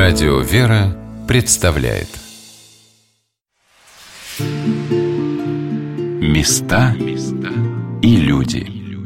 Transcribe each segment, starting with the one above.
Радио «Вера» представляет Места и люди.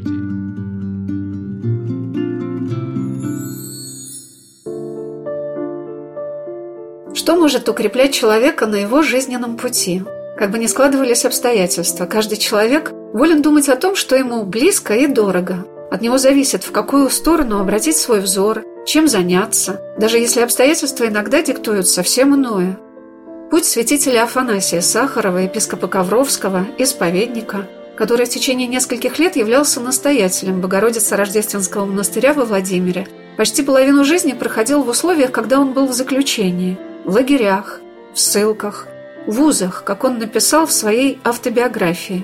Что может укреплять человека на его жизненном пути? Как бы ни складывались обстоятельства, каждый человек волен думать о том, что ему близко и дорого. От него зависит, в какую сторону обратить свой взор, чем заняться, даже если обстоятельства иногда диктуют совсем иное. Путь святителя Афанасия Сахарова, епископа Ковровского, исповедника, который в течение нескольких лет являлся настоятелем Богородицы-Рождественского монастыря во Владимире, почти половину жизни проходил в условиях, когда он был в заключении, в лагерях, в ссылках, в вузах, как он написал в своей автобиографии.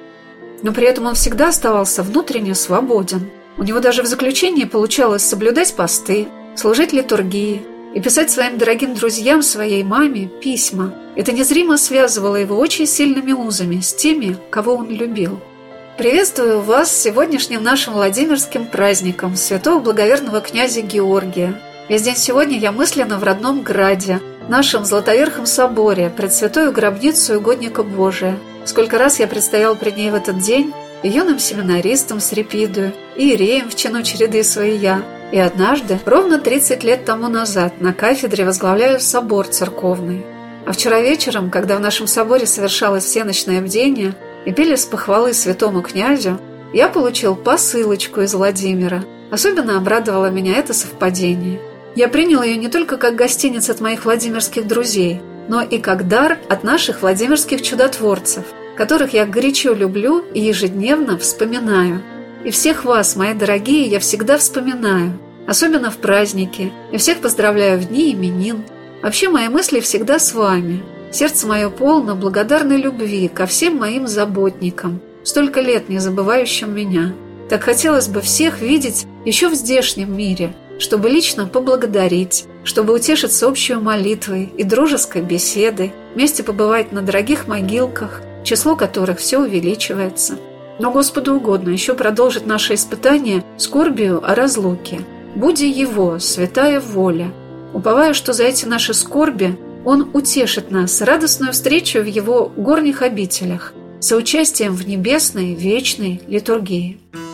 Но при этом он всегда оставался внутренне свободен. У него даже в заключении получалось соблюдать посты, служить литургии и писать своим дорогим друзьям, своей маме, письма. Это незримо связывало его очень сильными узами с теми, кого он любил. Приветствую вас с сегодняшним нашим Владимирским праздником святого благоверного князя Георгия. Весь день сегодня я мысленно в родном граде, нашем Златоверхом соборе, пред святою гробницу угодника Божия. Сколько раз я предстоял пред ней в этот день, и юным семинаристом с репидою, и иереем в чину череды своей я. И однажды, ровно 30 лет тому назад, на кафедре возглавляю собор церковный. А вчера вечером, когда в нашем соборе совершалось всеночное бдение и пели с похвалы святому князю, я получил посылочку из Владимира. Особенно обрадовало меня это совпадение. Я принял ее не только как гостиниц от моих владимирских друзей, но и как дар от наших владимирских чудотворцев, которых я горячо люблю и ежедневно вспоминаю. И всех вас, мои дорогие, я всегда вспоминаю, особенно в праздники, и всех поздравляю в дни именин. Вообще мои мысли всегда с вами. Сердце мое полно благодарной любви ко всем моим заботникам, столько лет не забывающим меня. Так хотелось бы всех видеть еще в здешнем мире, чтобы лично поблагодарить, чтобы утешиться общей молитвой и дружеской беседой, вместе побывать на дорогих могилках, число которых все увеличивается. Но Господу угодно еще продолжить наше испытание скорбию о разлуке. Буди Его, святая воля. Уповаю, что за эти наши скорби Он утешит нас радостную встречу в Его горних обителях, соучастием в небесной, вечной литургии.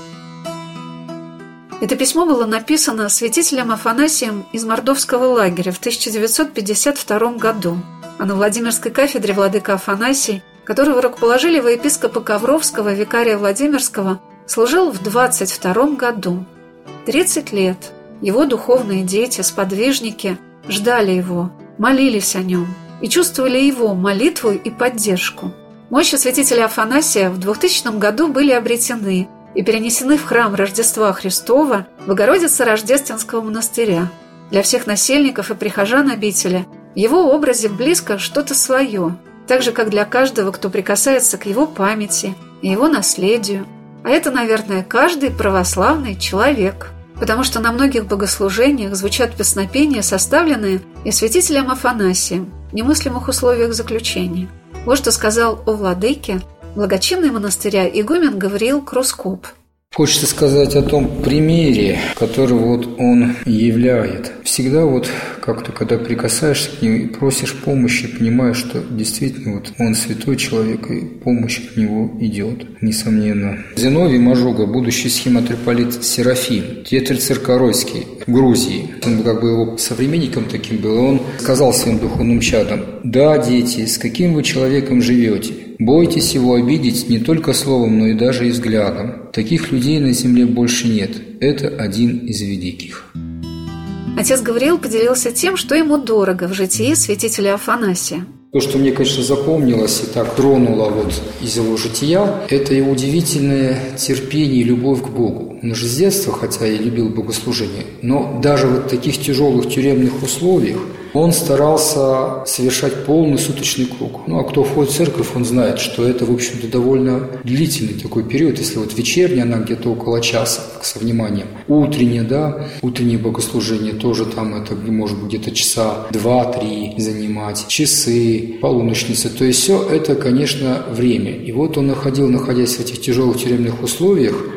Это письмо было написано святителем Афанасием из Мордовского лагеря в 1952 году, а на Владимирской кафедре владыка Афанасий, которого рукоположили во епископа Ковровского, викария Владимирского, служил в 22 году. 30 лет его духовные дети, сподвижники ждали его, молились о нем и чувствовали его молитву и поддержку. Мощи святителя Афанасия в 2000 году были обретены и перенесены в храм Рождества Христова Богородицы-Рождественского монастыря. Для всех насельников и прихожан обители в его образе близко что-то свое, так же, как для каждого, кто прикасается к его памяти и его наследию. А это, наверное, каждый православный человек, потому что на многих богослужениях звучат песнопения, составленные и святителем Афанасием в немыслимых условиях заключения. Вот что сказал о владыке благочинный монастыря игумен Гавриил Крускоп. Хочется сказать о том примере, который он являет. Всегда как-то, когда прикасаешься к нему и просишь помощи, понимаешь, что действительно он святой человек, и помощь от него идет, несомненно. Зиновий Мажуга, будущий схематриполит Серафим, Тетрий Церкоройский в Грузии, он его современником таким был, он сказал своим духовным чадам: «Да, дети, с каким вы человеком живете? Бойтесь его обидеть не только словом, но и даже и взглядом. Таких людей на земле больше нет. Это один из великих». Отец Гавриил поделился тем, что ему дорого в житии святителя Афанасия. То, что мне, конечно, запомнилось и так тронуло из его жития, это его удивительное терпение и любовь к Богу. Он же с детства, хотя и любил богослужение, но даже в таких тяжелых тюремных условиях он старался совершать полный суточный круг. А кто входит в церковь, он знает, что это, в общем-то, довольно длительный такой период. Если вечерняя, она где-то около часа, так, со вниманием. Утреннее богослужение тоже там это может быть где-то часа 2-3 занимать, часы, полуночница. То есть все это, конечно, время. И он находясь в этих тяжелых тюремных условиях,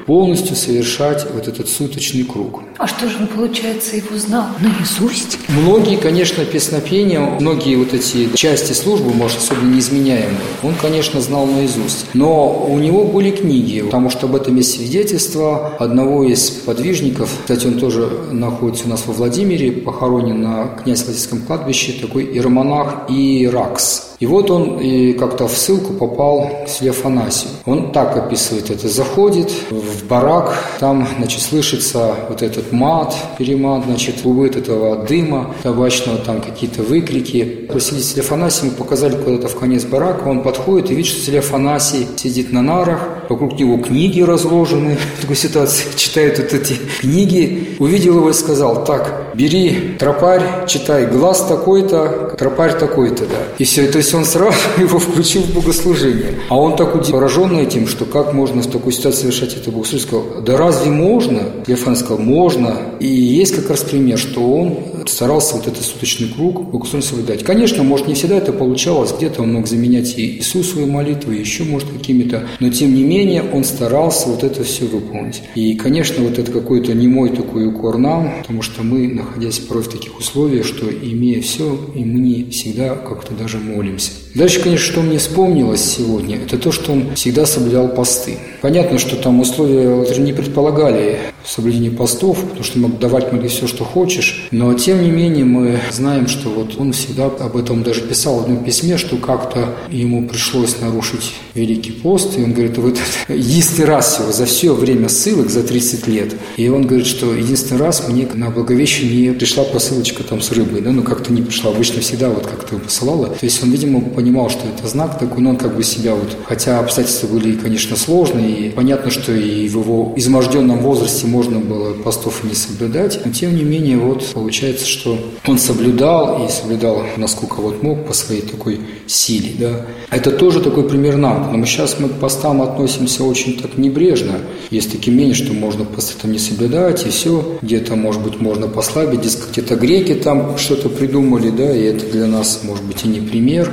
полностью совершать вот этот суточный круг. А что же он, получается, его знал наизусть? Многие, конечно, песнопения, многие вот эти части службы, может, особенно неизменяемые, он, конечно, знал наизусть. Но у него были книги, потому что об этом есть свидетельство одного из подвижников. Кстати, он тоже находится у нас во Владимире, похоронен на Князь-Владимирском кладбище, такой иеромонах Иеракс. И вот он как-то в ссылку попал к селе Афанасию. Он так описывает это. Заходит в барак, там, значит, слышится вот этот мат, перемат, значит, клубы этого дыма табачного, там какие-то выкрики. Просили селе Афанасия, ему показали куда-то в конец барака, он подходит и видит, что селе Афанасий сидит на нарах, вокруг него книги разложены. В такой ситуации читает вот эти книги. Увидел его и сказал: так, бери тропарь, читай, глаз такой-то, тропарь такой-то, да. И все, то есть он сразу его включил в богослужение. А он так пораженный этим, что как можно в такой ситуации совершать это богослужение, сказал: да разве можно? Лев сказал: можно. И есть как раз пример, что он старался вот этот суточный круг богослужения соблюдать. Конечно, может, не всегда это получалось, где-то он мог заменять и Иисусову молитву, и еще, может, какими-то, но тем не менее он старался вот это все выполнить. И, конечно, вот это какой-то немой такой укор нам, потому что мы, находясь порой в таких условиях, что имея все, и мы не всегда как-то даже молимся. Дальше, конечно, что мне вспомнилось сегодня, это то, что он всегда соблюдал посты. Понятно, что там условия не предполагали соблюдение постов, потому что мог давать молитве все, что хочешь, но тем не менее мы знаем, что вот он всегда об этом даже писал в одном письме, что как-то ему пришлось нарушить Великий пост, и он говорит: вот единственный раз всего за все время ссылок, за 30 лет, и он говорит, что единственный раз мне на Благовещение пришла посылочка там с рыбой, да, но как-то не пришла, обычно всегда вот как-то посылала, то есть он, видимо, понимал, что это знак такой, но он как бы себя вот, хотя обстоятельства были, конечно, сложные, и понятно, что и в его изможденном возрасте можно было постов не соблюдать, но тем не менее вот получается, что он соблюдал и соблюдал насколько вот мог по своей такой силе, да. Это тоже такой пример нам, но сейчас мы к постам относимся очень так небрежно, есть такие мнения, что можно посты там не соблюдать и все, где-то, может быть, можно послабить, дескать, где-то греки там что-то придумали, да, и это для нас, может быть, и не пример.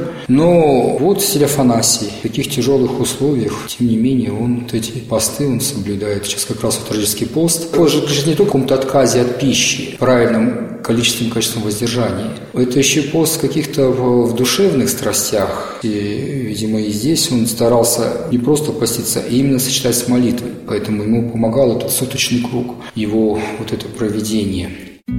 Но вот селе Афанасий в таких тяжелых условиях, тем не менее, он вот эти посты он соблюдает. Сейчас как раз вот рождественский пост. Позже не только в каком-то отказе от пищи, правильном количеством воздержания. Это еще пост каких-то в душевных страстях. И, видимо, и здесь он старался не просто поститься, а именно сочетать с молитвой. Поэтому ему помогал этот суточный круг, его вот это проведение.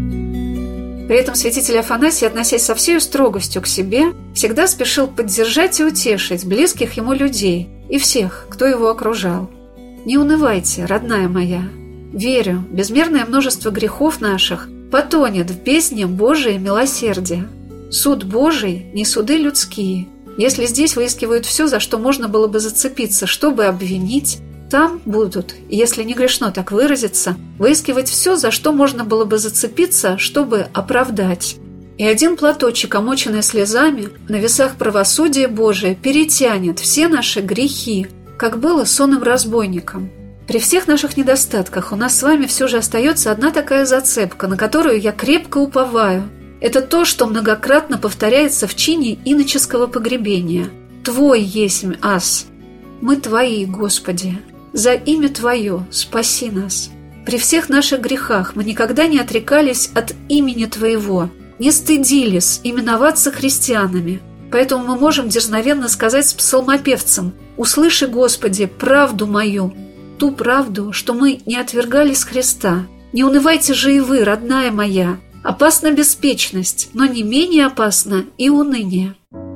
При этом святитель Афанасий, относясь со всей строгостью к себе, всегда спешил поддержать и утешить близких ему людей и всех, кто его окружал. «Не унывайте, родная моя. Верю, безмерное множество грехов наших потонет в бездне Божие милосердия. Суд Божий, не суды людские. Если здесь выискивают все, за что можно было бы зацепиться, чтобы обвинить, там будут, если не грешно так выразиться, выискивать все, за что можно было бы зацепиться, чтобы оправдать. И один платочек, омоченный слезами, на весах правосудия Божия перетянет все наши грехи, как было сонным разбойником. При всех наших недостатках у нас с вами все же остается одна такая зацепка, на которую я крепко уповаю. Это то, что многократно повторяется в чине иноческого погребения. «Твой есмь ас». Мы Твои, Господи. За имя Твое спаси нас. При всех наших грехах мы никогда не отрекались от имени Твоего, не стыдились именоваться христианами. Поэтому мы можем дерзновенно сказать с псалмопевцем: «Услыши, Господи, правду мою, ту правду, что мы не отвергались Христа. Не унывайте же и вы, родная моя. Опасна беспечность, но не менее опасно и уныние».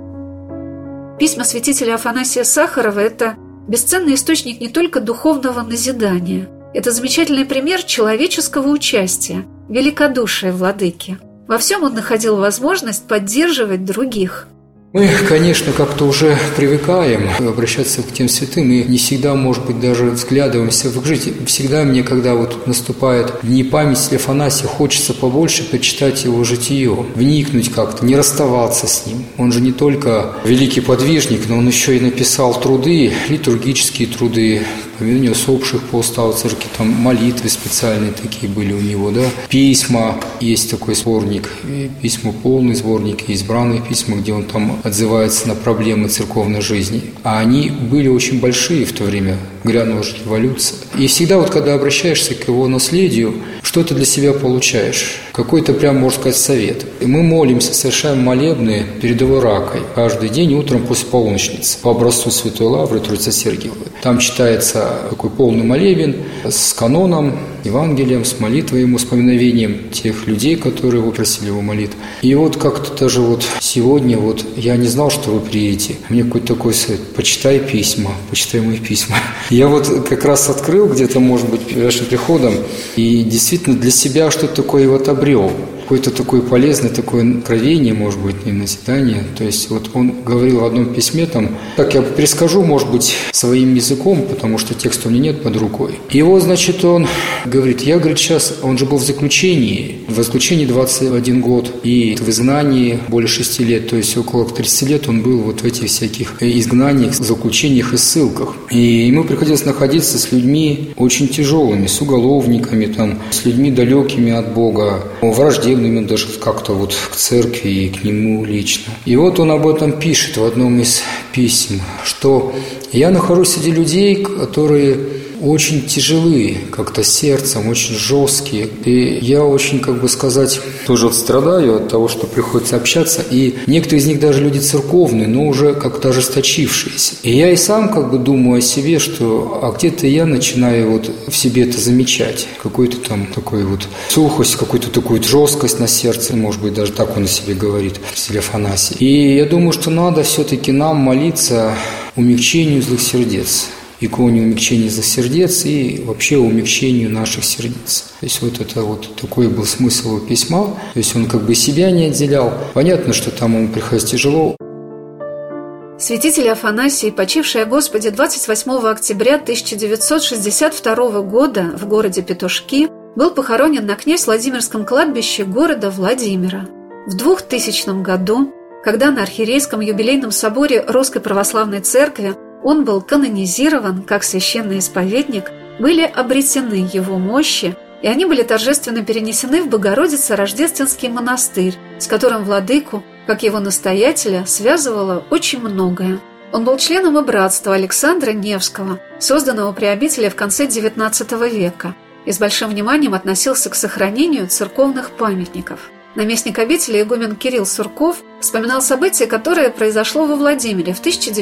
Письма святителя Афанасия Сахарова – это бесценный источник не только духовного назидания. Это замечательный пример человеческого участия, великодушия владыки. Во всем он находил возможность поддерживать других. Мы, конечно, как-то уже привыкаем обращаться к тем святым, и не всегда, может быть, даже взглядываемся в их жизнь. Всегда мне, когда вот наступает дни памяти Афанасия, хочется побольше почитать его житие, вникнуть как-то, не расставаться с ним. Он же не только великий подвижник, но он еще и написал труды, литургические труды, поминание усопших по уставу церкви, там молитвы специальные такие были у него, да, письма, есть такой сборник, письма полный сборник, и избранные письма, где он там отзывается на проблемы церковной жизни. А они были очень большие в то время. грянула же революция. И всегда вот когда обращаешься к его наследию, что ты для себя получаешь? Какой-то прям, можно сказать, совет. И мы молимся, совершаем молебны перед его ракой каждый день утром после полуночницы по образцу Святой Лавры Троице-Сергиевой. Там читается такой полный молебен с каноном, Евангелием, с молитвой ему, с поминовением тех людей, которые выпросили его молитву. И вот как-то даже вот сегодня вот я не знал, что вы приедете. Мне какой-то такой совет: почитай письма, почитай мои письма. Я вот как раз открыл где-то, может быть, перед вашим приходом, и действительно для себя что-то такое вот обрел. Какое-то такое полезное, такое откровение, может быть, и назидание. То есть вот он говорил в одном письме, там, как я перескажу, может быть, своим языком, потому что текста у меня нет под рукой. И вот, значит, он говорит, я, говорит, сейчас, он же был в заключении 21 год, и в изгнании более 6 лет, то есть около 30 лет он был вот в этих всяких изгнаниях, заключениях и ссылках. И ему приходилось находиться с людьми очень тяжелыми, с уголовниками, там, с людьми далекими от Бога, враждебными даже как-то вот к церкви и к нему лично. И вот он об этом пишет в одном из писем, что я нахожусь среди людей, которые очень тяжелые, как-то сердцем, очень жесткие. И я очень, как бы сказать, тоже вот страдаю от того, что приходится общаться. И некоторые из них даже люди церковные, но уже как-то ожесточившиеся. И я и сам как бы думаю о себе, что где-то я начинаю вот в себе это замечать. Какую-то там такую вот сухость, какую-то такую жесткость на сердце. Может быть, даже так он о себе говорит, Василий Афанасий. И я думаю, что надо все-таки нам молиться умягчению злых сердец. Иконе умягчения злых сердец и вообще умягчению наших сердец. То есть вот это вот такой был смысл его письма. То есть он как бы себя не отделял. Понятно, что там ему приходилось тяжело. Святитель Афанасий, почивший о Господе 28 октября 1962 года в городе Петушки, был похоронен на Князь-Владимирском кладбище города Владимира. В 2000 году, когда на Архиерейском юбилейном соборе Русской Православной Церкви он был канонизирован как священный исповедник, были обретены его мощи, и они были торжественно перенесены в Богородице-Рождественский монастырь, с которым владыку, как его настоятеля, связывало очень многое. Он был членом и братства Александра Невского, созданного при обители в конце XIX века, и с большим вниманием относился к сохранению церковных памятников. Наместник обители игумен Кирилл Сурков вспоминал событие, которое произошло во Владимире в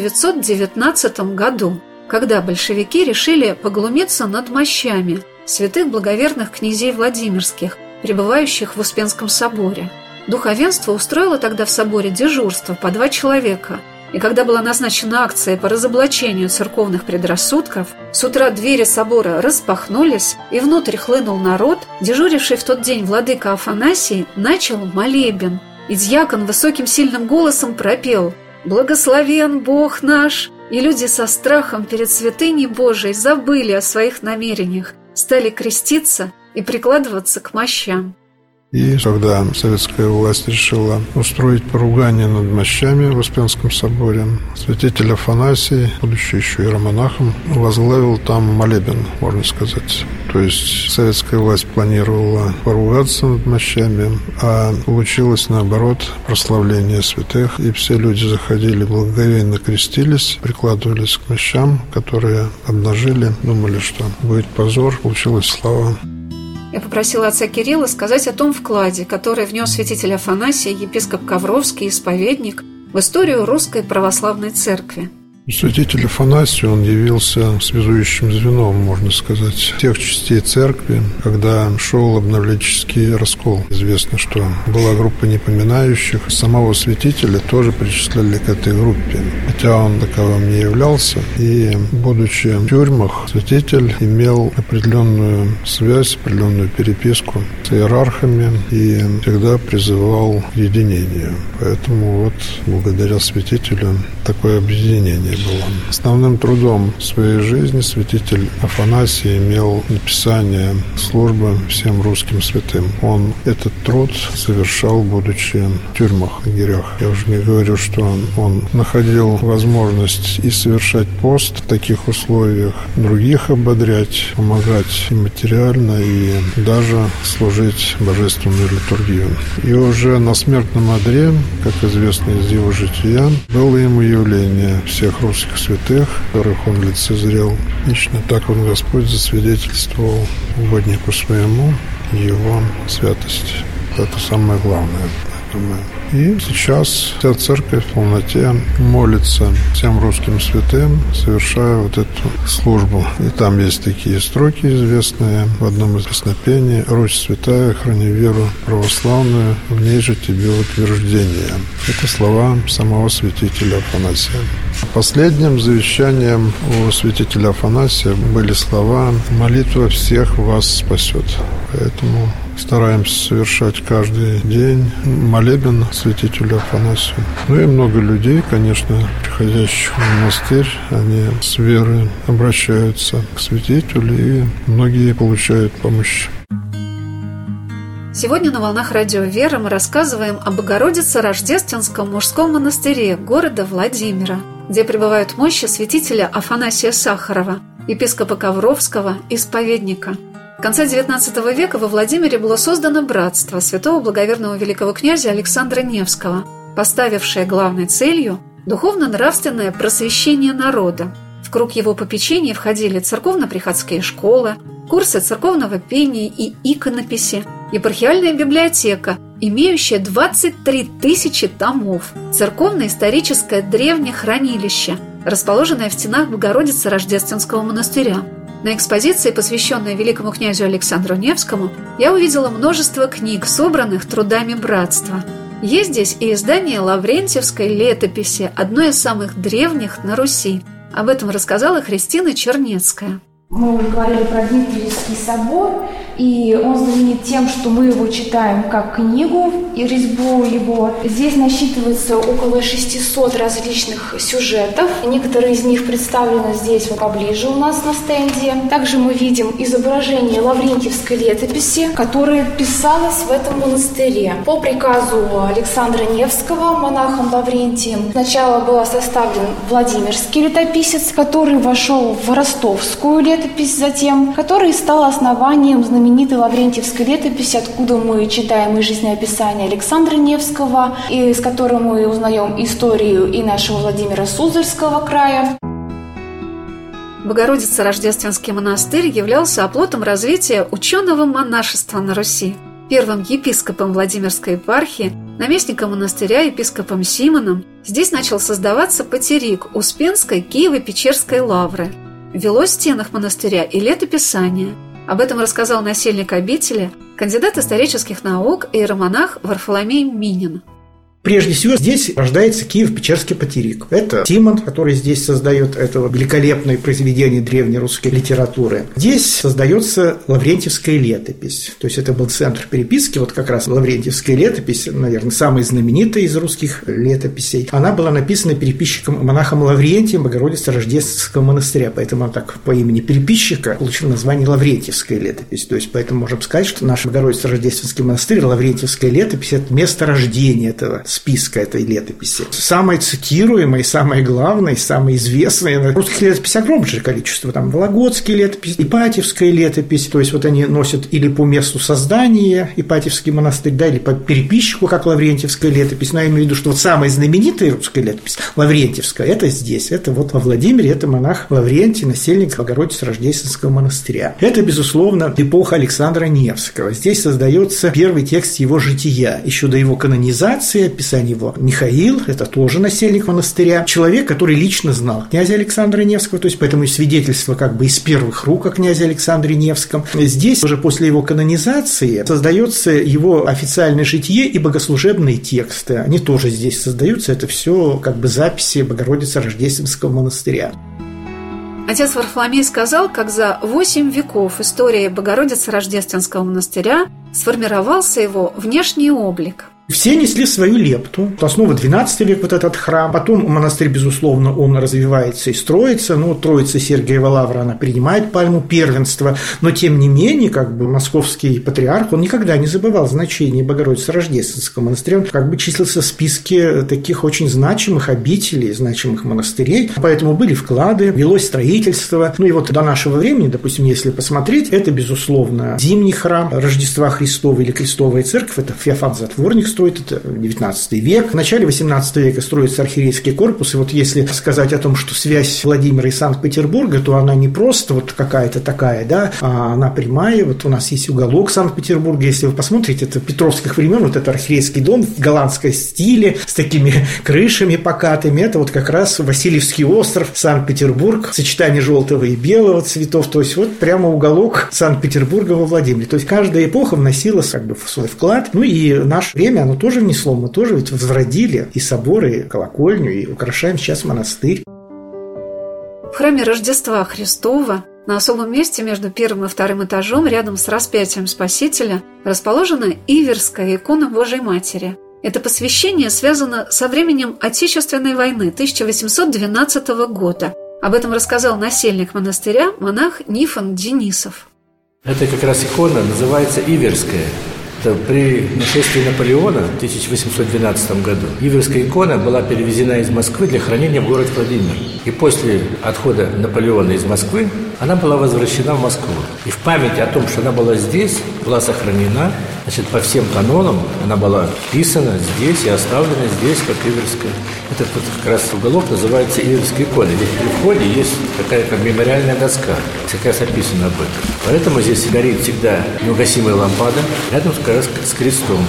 1919 году, когда большевики решили поглумиться над мощами святых благоверных князей Владимирских, пребывающих в Успенском соборе. Духовенство устроило тогда в соборе дежурство по 2 человека, и когда была назначена акция по разоблачению церковных предрассудков, с утра двери собора распахнулись, и внутрь хлынул народ. Дежуривший в тот день владыка Афанасий начал молебен, и дьякон высоким сильным голосом пропел «Благословен Бог наш!» И люди со страхом перед святыней Божией забыли о своих намерениях, стали креститься и прикладываться к мощам. И когда советская власть решила устроить поругание над мощами в Успенском соборе, святитель Афанасий, будучи еще иеромонахом, возглавил там молебен, можно сказать. То есть советская власть планировала поругаться над мощами, а получилось наоборот прославление святых. И все люди заходили, благоговейно крестились, прикладывались к мощам, которые обнажили, думали, что будет позор, получилась слава. Я попросила отца Кирилла сказать о том вкладе, который внес святитель Афанасий, епископ Ковровский, исповедник, в историю Русской Православной Церкви. Святитель Афанасий, он явился связующим звеном, можно сказать, тех частей церкви, когда шел обновленческий раскол. Известно, что была группа непоминающих. Самого святителя тоже причисляли к этой группе, хотя он таковым не являлся. И, будучи в тюрьмах, святитель имел определенную связь, определенную переписку с иерархами и всегда призывал к единению. Поэтому вот благодаря святителю такое объединение было. Основным трудом своей жизни святитель Афанасий имел написание службы всем русским святым. Он этот труд совершал, будучи в тюрьмах, лагерях. Я уже не говорю, что он находил возможность и совершать пост в таких условиях, других ободрять, помогать и материально, и даже служить божественную литургию. И уже на смертном одре, как известно из его жития, было ему явление всех русских русских святых, которых он лицезрел лично. Так он, Господь, засвидетельствовал угоднику своему его святость. Это самое главное, я думаю. И сейчас вся церковь в полноте молится всем русским святым, совершая вот эту службу. И там есть такие строки известные в одном из песнопений: «Русь святая, храни веру православную, в ней же тебе утверждение». Это слова самого святителя Афанасия. Последним завещанием у святителя Афанасия были слова: «Молитва всех вас спасет». Поэтому стараемся совершать каждый день молебен святителю Афанасию. Ну и много людей, конечно, приходящих в монастырь, они с верой обращаются к святителю, и многие получают помощь. Сегодня на «Волнах радио Вера» мы рассказываем о Богородице-Рождественском мужском монастыре города Владимира, где пребывают мощи святителя Афанасия Сахарова, епископа Ковровского, исповедника. В конце XIX века во Владимире было создано братство святого благоверного великого князя Александра Невского, поставившее главной целью духовно-нравственное просвещение народа. В круг его попечения входили церковно-приходские школы, курсы церковного пения и иконописи, епархиальная библиотека, имеющая 23 тысячи томов, церковно-историческое древнее хранилище, расположенное в стенах Богородицы Рождественского монастыря. На экспозиции, посвященной великому князю Александру Невскому, я увидела множество книг, собранных трудами братства. Есть здесь и издание Лаврентьевской летописи, одной из самых древних на Руси. Об этом рассказала Христина Чернецкая. Мы уже говорили про Дмитриевский собор, и он знаменит тем, что мы его читаем как книгу и резьбу его. Здесь насчитывается около 600 различных сюжетов. Некоторые из них представлены здесь вот поближе у нас на стенде. Также мы видим изображение Лаврентьевской летописи, которая писалась в этом монастыре. По приказу Александра Невского, монахом Лаврентием, сначала был составлен Владимирский летописец, который вошел в Ростовскую летопись, затем, который стал основанием знаменитой Лаврентьевской летописи, откуда мы читаем и жизнеописание Александра Невского, и с которым мы узнаем историю и нашего Владимира Суздальского края. Богородица-Рождественский монастырь являлся оплотом развития ученого монашества на Руси. Первым епископом Владимирской епархии, наместником монастыря епископом Симоном, здесь начал создаваться потерик Успенской Киево-Печерской лавры. Велось в стенах монастыря и летописание. Об этом рассказал насельник обители, кандидат исторических наук и иеромонах Варфоломей Минин. Прежде всего, здесь рождается Киево-Печерский потерик. Это Симон, который здесь создает это великолепное произведение древнерусской литературы. Здесь создается Лаврентьевская летопись. То есть это был центр переписки. Вот как раз Лаврентьевская летопись, наверное, самая знаменитая из русских летописей. Она была написана переписчиком монахом Лаврентием Богородицы-Рождественского монастыря. Поэтому она так по имени переписчика получила название Лаврентьевская летопись. То есть поэтому можем сказать, что наш Богородица-Рождественский монастырь, Лаврентьевская летопись – это место рождения этого списка этой летописи. Самое цитируемое, самое главное, самое известное. Русских летописей огромное количество. Там Вологодская летопись, Ипатьевская летопись. То есть вот они носят или по месту создания Ипатьевский монастырь, да, или по переписчику, как Лаврентьевская летопись. Но я имею в виду, что вот самая знаменитая русская летопись, Лаврентьевская, это здесь. Это вот во Владимире, это монах Лаврентий, насельник Богородицы Рождественского монастыря. Это, безусловно, эпоха Александра Невского. Здесь создается первый текст его жития. Еще до его канонизации описание его Михаил, это тоже насельник монастыря, человек, который лично знал князя Александра Невского, то есть поэтому и свидетельство как бы из первых рук о князе Александре Невском. Здесь уже после его канонизации создается его официальное житие и богослужебные тексты. Они тоже здесь создаются, это все как бы записи Богородицы Рождественского монастыря. Отец Варфоломей сказал, как за 8 веков истории Богородицы Рождественского монастыря сформировался его внешний облик. Все несли свою лепту. Основа 12 век вот этот храм. Потом монастырь, безусловно, он развивается и строится. Ну, Троица Сергиева Лавра, она принимает пальму первенства. Но, тем не менее, как бы московский патриарх, он никогда не забывал значение Богородицы Рождественского монастыря. Он как бы числился в списке таких очень значимых обителей, значимых монастырей. Поэтому были вклады, велось строительство. Ну, и вот до нашего времени, допустим, если посмотреть, это, безусловно, зимний храм Рождества Христова или Крестовая церковь. Это Феофан Затворник строят, это 19 век. В начале 18 века строится архиерейский корпус, и вот если сказать о том, что связь Владимира и Санкт-Петербурга, то она не просто вот какая-то такая, да, а она прямая. Вот у нас есть уголок Санкт-Петербурга, если вы посмотрите, это петровских времен, вот это архиерейский дом в голландском стиле, с такими крышами покатыми, это вот как раз Васильевский остров, Санкт-Петербург, сочетание желтого и белого цветов, то есть вот прямо уголок Санкт-Петербурга во Владимире. То есть каждая эпоха вносила как бы в свой вклад. Ну и наше время, оно тоже внесло, мы тоже ведь возродили и соборы, и колокольню, и украшаем сейчас монастырь. В храме Рождества Христова на особом месте между первым и вторым этажом, рядом с распятием Спасителя, расположена Иверская икона Божией Матери. Это посвящение связано со временем Отечественной войны 1812 года. Об этом рассказал насельник монастыря, монах Нифон Денисов. Это как раз икона называется Иверская. Это при нашествии Наполеона в 1812 году Иверская икона была перевезена из Москвы для хранения в город Владимир. И после отхода Наполеона из Москвы она была возвращена в Москву. И в память о том, что она была здесь, была сохранена, значит, по всем канонам она была вписана здесь и оставлена здесь, как Иверская. Этот вот как раз уголок называется Иверская икона. Здесь при входе есть такая как мемориальная доска, как раз описано об этом. Поэтому здесь горит всегда неугасимая лампада, рядом как раз с крестом.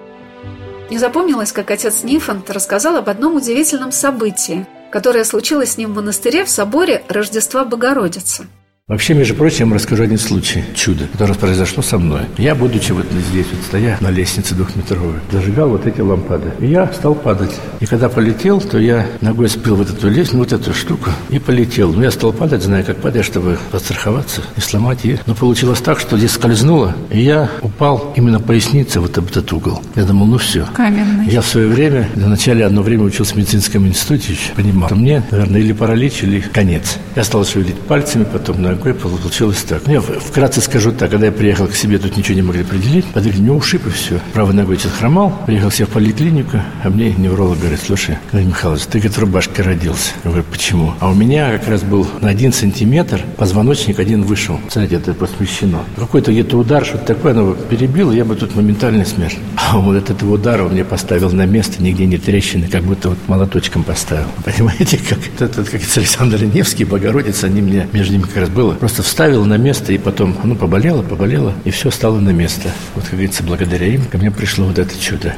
Не запомнилось, как отец Нифонт рассказал об одном удивительном событии, которое случилось с ним в монастыре в соборе Рождества Богородицы. Вообще, между прочим, я вам расскажу один случай, чудо, которое произошло со мной. Я, будучи вот здесь, вот стоя на лестнице двухметровой, зажигал вот эти лампады. И я стал падать. И когда полетел, то я ногой сбил вот эту лестницу, вот эту штуку, и полетел. Ну, я стал падать, зная, как падать, чтобы подстраховаться и сломать ее. Но получилось так, что здесь скользнуло, и я упал именно поясницей вот об этот угол. Я думал, ну все. Каменный. Я в свое время, вначале одно время учился в медицинском институте, еще понимал, что мне, наверное, или паралич, или конец. Я стал шевелить пальцами, потом ногой. Получилось так. Я вкратце скажу так. Когда я приехал к себе, тут ничего не могли определить. Подвигли, мне ушиб и все. Правой ногой что-то хромал. Приехал себе в поликлинику, а мне невролог говорит: слушай, Геннадий Михайлович, ты, говорит, в рубашке родился. Я говорю, почему? А у меня как раз был на 1 сантиметр позвоночник один вышел. Смотрите, это посмещено. Какой-то где-то удар, что-то такое, оно перебило, я бы тут моментально смерть. А вот от этого удара он мне поставил на место, нигде не трещины, как будто вот молоточком поставил. Понимаете, как этот, как Александр Невский, Богородица, они мне, между ними как раз было. Просто вставил на место, и потом оно поболело, и все стало на место. Вот, как говорится, благодаря им ко мне пришло вот это чудо.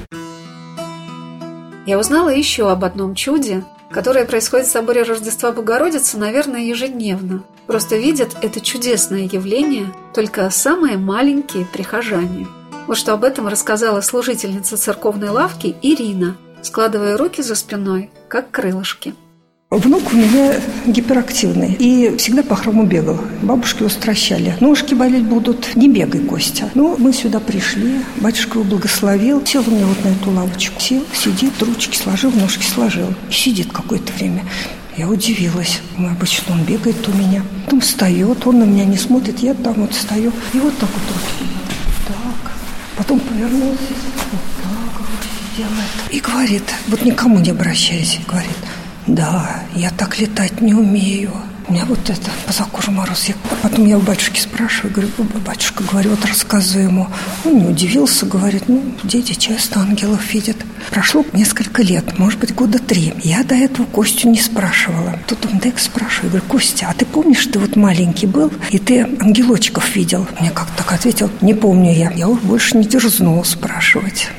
Я узнала еще об одном чуде, которое происходит в соборе Рождества Богородицы, наверное, ежедневно. Просто видят это чудесное явление только самые маленькие прихожане. Вот что об этом рассказала служительница церковной лавки Ирина, складывая руки за спиной, как крылышки. Внук у меня гиперактивный и всегда по храму бегал. Бабушки его стращали. Ножки болеть будут, не бегай, Костя. Ну, мы сюда пришли, батюшка его благословил. Сел у меня вот на эту лавочку. Сел, сидит, ручки сложил, ножки сложил. И сидит какое-то время. Я удивилась. Обычно он бегает у меня. Потом встает, он на меня не смотрит. Я там вот стою. И вот так вот руки. Так. Потом повернулся. Вот так вот делает. И говорит, вот никому не обращайся, говорит: да, я так летать не умею. У меня вот это, по кожу мороз. Потом я у батюшки спрашиваю, говорю: батюшка, говорю, вот рассказываю ему. Он не удивился, говорит: ну, дети часто ангелов видят. Прошло несколько лет, может быть, 3 года. Я до этого Костю не спрашивала. Тут он так спрашивает, говорю: Костя, а ты помнишь, ты вот маленький был, и ты ангелочков видел? Мне как-то так ответил: не помню я. Я уж больше не дерзнула спрашивать.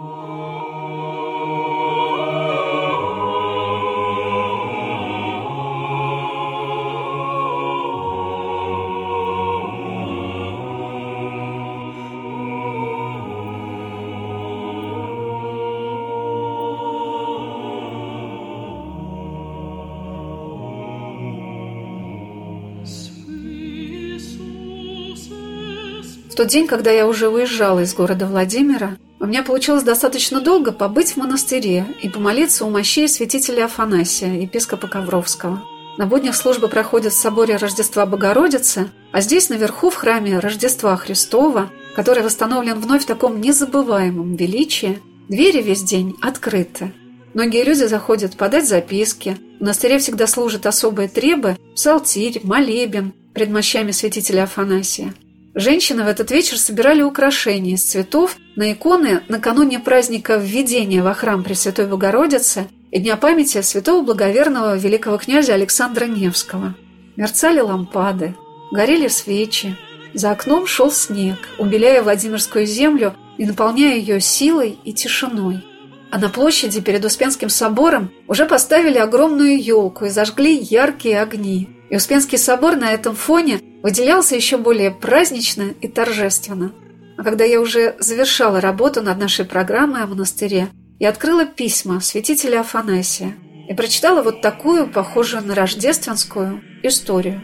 В тот день, когда я уже уезжала из города Владимира, у меня получилось достаточно долго побыть в монастыре и помолиться у мощей святителя Афанасия, епископа Ковровского. На буднях службы проходят в соборе Рождества Богородицы, а здесь, наверху, в храме Рождества Христова, который восстановлен вновь в таком незабываемом величии, двери весь день открыты. Многие люди заходят подать записки. В монастыре всегда служат особые требы, псалтирь, молебен пред мощами святителя Афанасия. Женщины в этот вечер собирали украшения из цветов на иконы накануне праздника Введения во храм Пресвятой Богородицы и Дня памяти святого благоверного великого князя Александра Невского. Мерцали лампады, горели свечи. За окном шел снег, убеляя Владимирскую землю и наполняя ее силой и тишиной. А на площади перед Успенским собором уже поставили огромную елку и зажгли яркие огни. И Успенский собор на этом фоне выделялся еще более празднично и торжественно. А когда я уже завершала работу над нашей программой о монастыре, я открыла письма святителя Афанасия и прочитала вот такую, похожую на рождественскую, историю.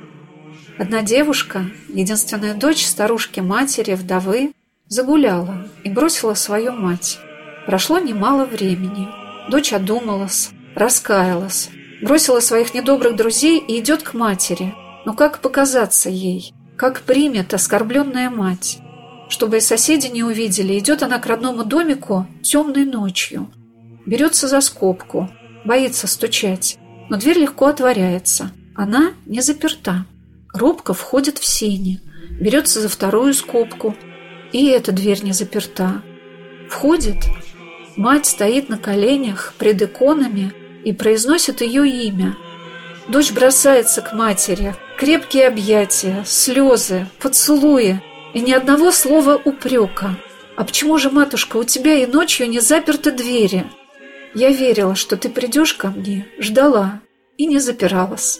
Одна девушка, единственная дочь старушки-матери, вдовы, загуляла и бросила свою мать. Прошло немало времени. Дочь одумалась, раскаялась, бросила своих недобрых друзей и идет к матери. Но как показаться ей? Как примет оскорбленная мать? Чтобы и соседи не увидели, идет она к родному домику темной ночью. Берется за скобку, боится стучать, но дверь легко отворяется. Она не заперта. Робко входит в сени, берется за вторую скобку, и эта дверь не заперта. Входит. Мать стоит на коленях пред иконами и произносит ее имя. Дочь бросается к матери, крепкие объятия, слезы, поцелуи и ни одного слова упрека. «А почему же, матушка, у тебя и ночью не заперты двери? Я верила, что ты придешь ко мне, ждала и не запиралась».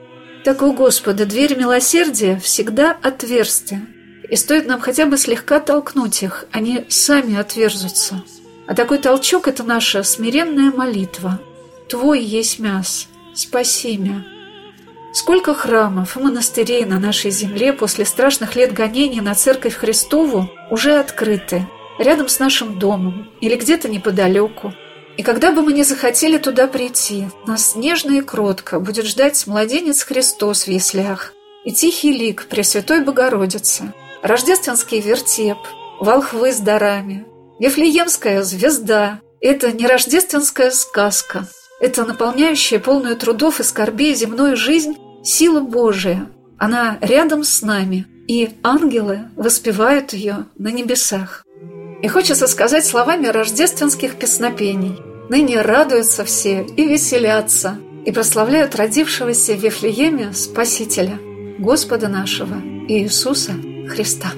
Так у Господа дверь милосердия всегда отверсты, и стоит нам хотя бы слегка толкнуть их, они сами отверзутся. А такой толчок – это наша смиренная молитва. «Твой есть мяс, спаси мя». Сколько храмов и монастырей на нашей земле после страшных лет гонений на Церковь Христову уже открыты, рядом с нашим домом или где-то неподалеку. И когда бы мы ни захотели туда прийти, нас нежно и кротко будет ждать младенец Христос в яслях и тихий лик Пресвятой Богородицы, рождественский вертеп, волхвы с дарами, Вифлеемская звезда. Это не рождественская сказка, это наполняющая полную трудов и скорбей земную жизнь сила Божия. Она рядом с нами, и ангелы воспевают ее на небесах. И хочется сказать словами рождественских песнопений: «Ныне радуются все и веселятся, и прославляют родившегося в Вифлееме Спасителя, Господа нашего Иисуса Христа».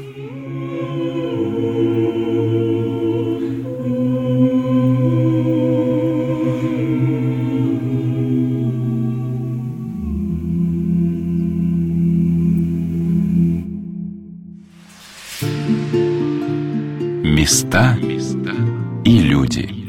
Места и люди.